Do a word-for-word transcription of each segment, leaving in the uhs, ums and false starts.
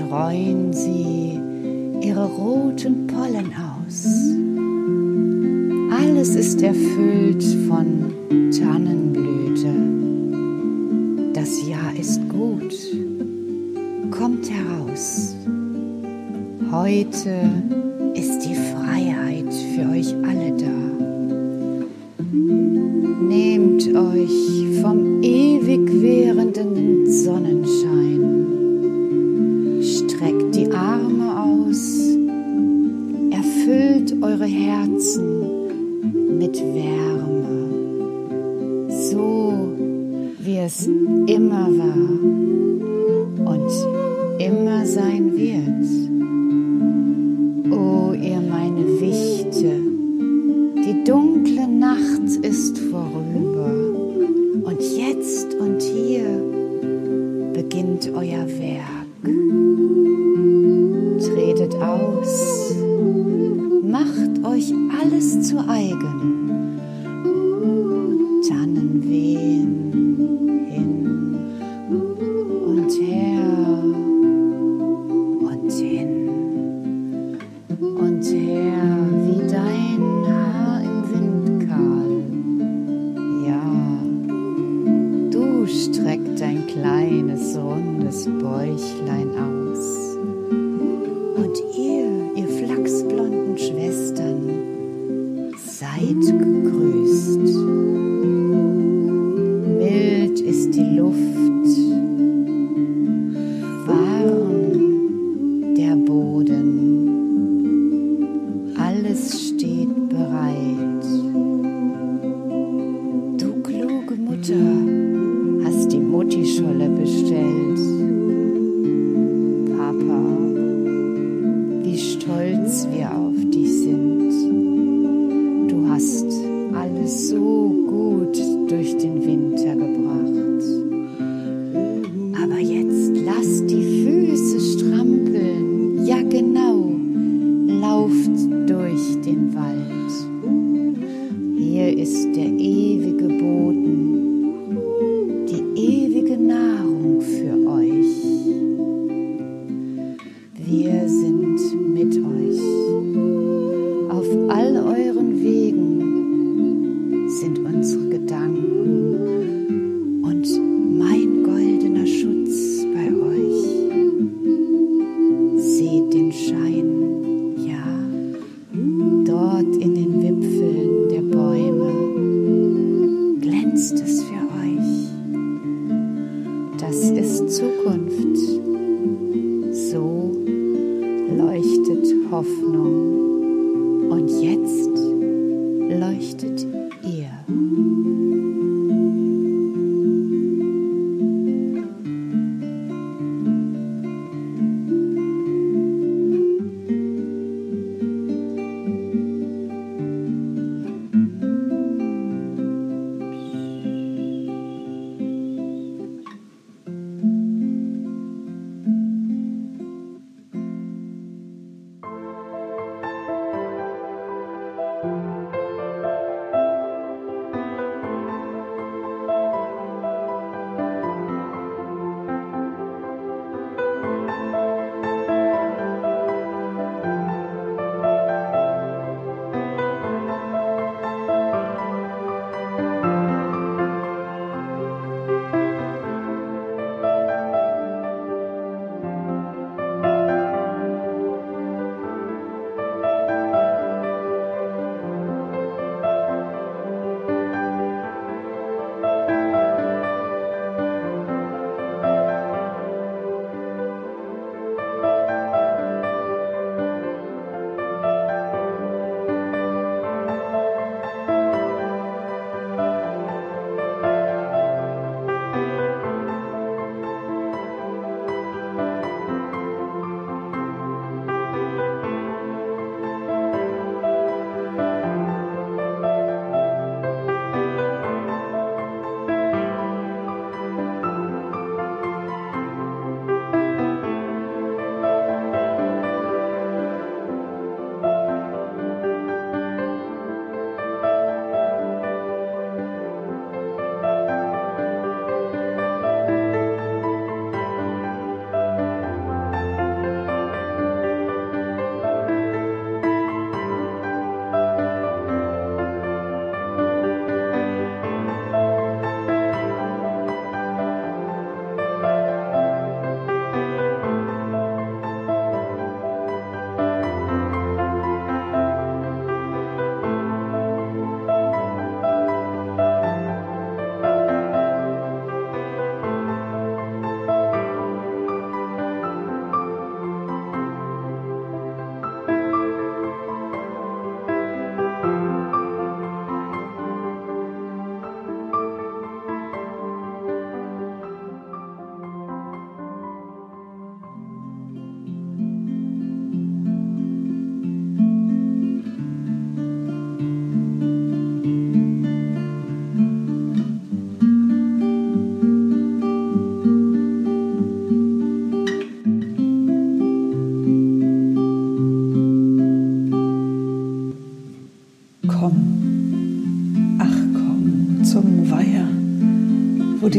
streuen sie ihre roten Pollen aus. Alles ist erfüllt von Tannenblüte. Das Jahr ist gut. Kommt heraus. Heute ist die Freiheit für euch alle da. Nehmt euch vom ewig währenden Sonnenschein. Streckt die Arme aus. Erfüllt eure Herzen mit Wärme, so wie es immer war und immer sein wird. O ihr meine Wichte, die dunkle Nacht ist vorüber und jetzt und hier beginnt euer Werk. Tretet aus, macht euch alles zu eigen. Tannen wehen hin und her und hin und her wie dein Haar im Wind kahl. Ja, du streck dein kleines rundes Bäuchlein aus. Und ihr, ihr flachsblonden Schwestern, seid gegrüßt. Mild ist die Luft, warm der Boden, alles steht bereit. Du kluge Mutter, hast die Muttischolle bestellt. Papa, wie stolz wir auf dich sind. Du hast alles so gut durch den Winter gebracht. Aber jetzt lass die Füße strampeln. Ja genau, lauft durch den Wald. Hier ist der ewige Boden, die ewige Nahrung für euch. Wir sind mit euch. Auf all euren Wegen sind unsere Gedanken und mein goldener Schutz bei euch. Seht den Schein, ja, dort in den Wipfeln der Bäume glänzt es für euch. Das ist Zukunft. So leuchtet Hoffnung. Und jetzt leuchtet ihr.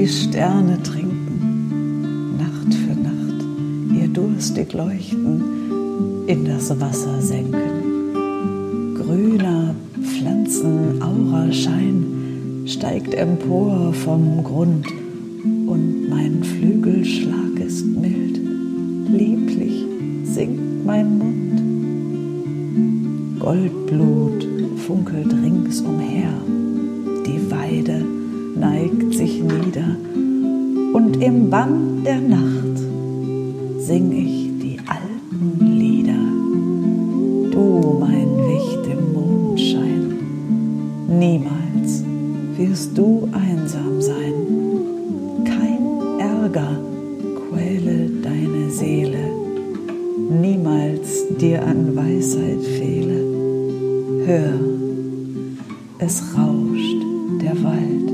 die Sterne trinken, Nacht für Nacht ihr durstig Leuchten in das Wasser senken. Grüner Pflanzen Auraschein steigt empor vom Grund, und mein Flügelschlag ist mild, lieblich singt mein Mund. Goldblut funkelt ringsumher, die Weide neigt sich nieder, und im Bann der Nacht sing ich die alten Lieder. Du, mein Wicht im Mondschein, niemals wirst du einsam sein. Kein Ärger quäle deine Seele, niemals dir an Weisheit fehle. Hör, es rauscht der Wald.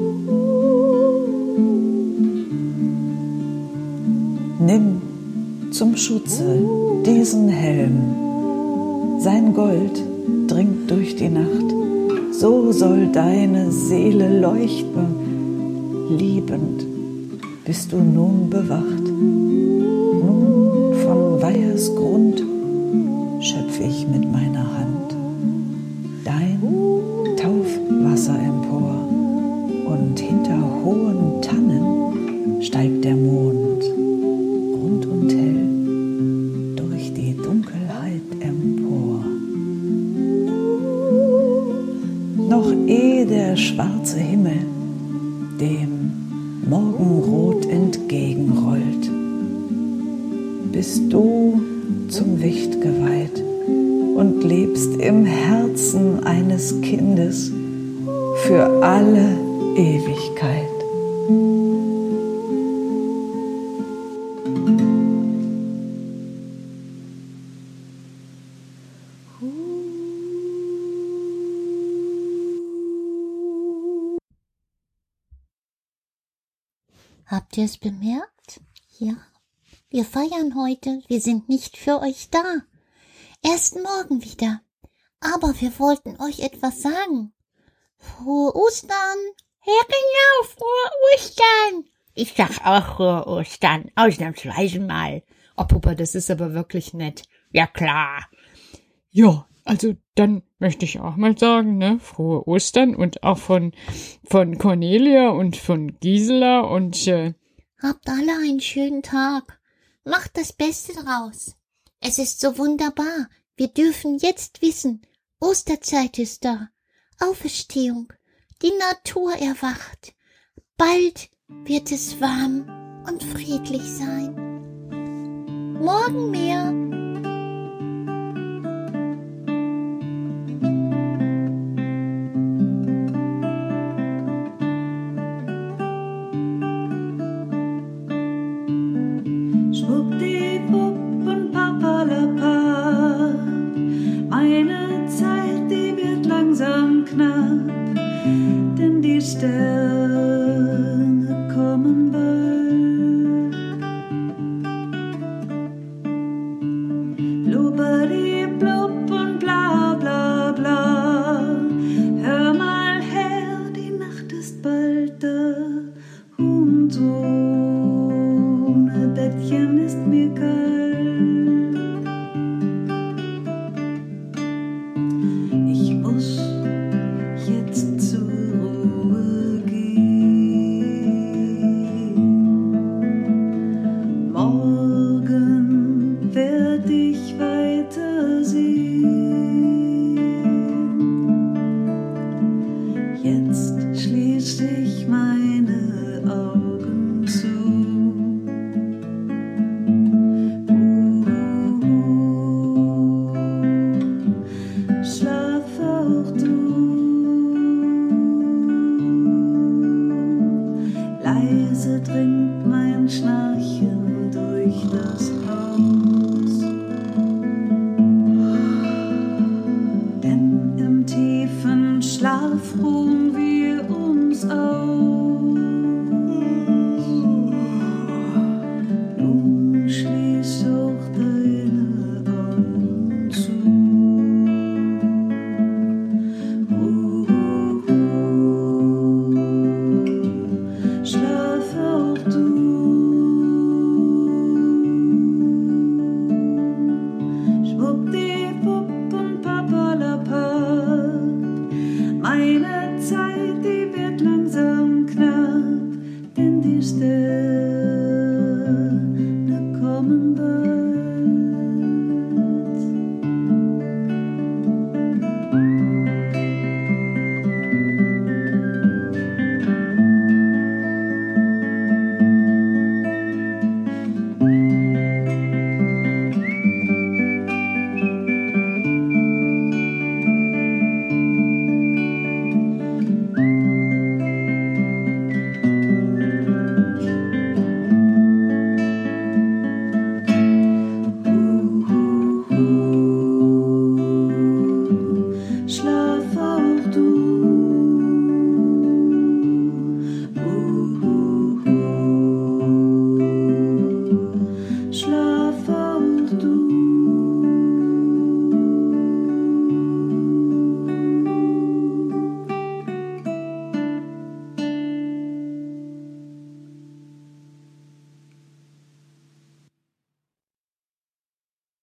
Nimm zum Schutze diesen Helm, sein Gold dringt durch die Nacht, so soll deine Seele leuchten, liebend bist du nun bewacht. Nun von Weihers Grund schöpf ich mit meiner Hand dein Taufwasser empor, und hinter hohen Tannen steigt der Mond rund und hell durch die Dunkelheit empor. Noch ehe der schwarze Himmel dem Morgenrot entgegenrollt, bist du zum Wicht geweiht und lebst im Herzen eines Kindes für alle Ewigkeit. Habt ihr es bemerkt? Ja, wir feiern heute, wir sind nicht für euch da. Erst morgen wieder. Aber wir wollten euch etwas sagen. Frohe Ostern! Ja, genau, frohe Ostern! Ich sag auch frohe Ostern, ausnahmsweise mal. Oh, Puppa, das ist aber wirklich nett. Ja, klar. Ja, also dann möchte ich auch mal sagen, ne, frohe Ostern, und auch von, von Cornelia und von Gisela und, äh, Habt alle einen schönen Tag. Macht das Beste draus. Es ist so wunderbar. Wir dürfen jetzt wissen, Osterzeit ist da. Auferstehung. Die Natur erwacht. Bald wird es warm und friedlich sein. Morgen mehr. Schwuppdiwupp und Papalapa, meine Zeit, die wird langsam knapp, denn die Sterne kommen bald. Blubberdi-blub und bla bla bla, hör mal her, die Nacht ist bald da, und so Bettchen ist mir kalt. Ich muss jetzt zur Ruhe gehen. Morgen werd ich weitersehen. Jetzt schließ ich meine Augen zu. Leise dringt mein Schnarchen durch das Haus.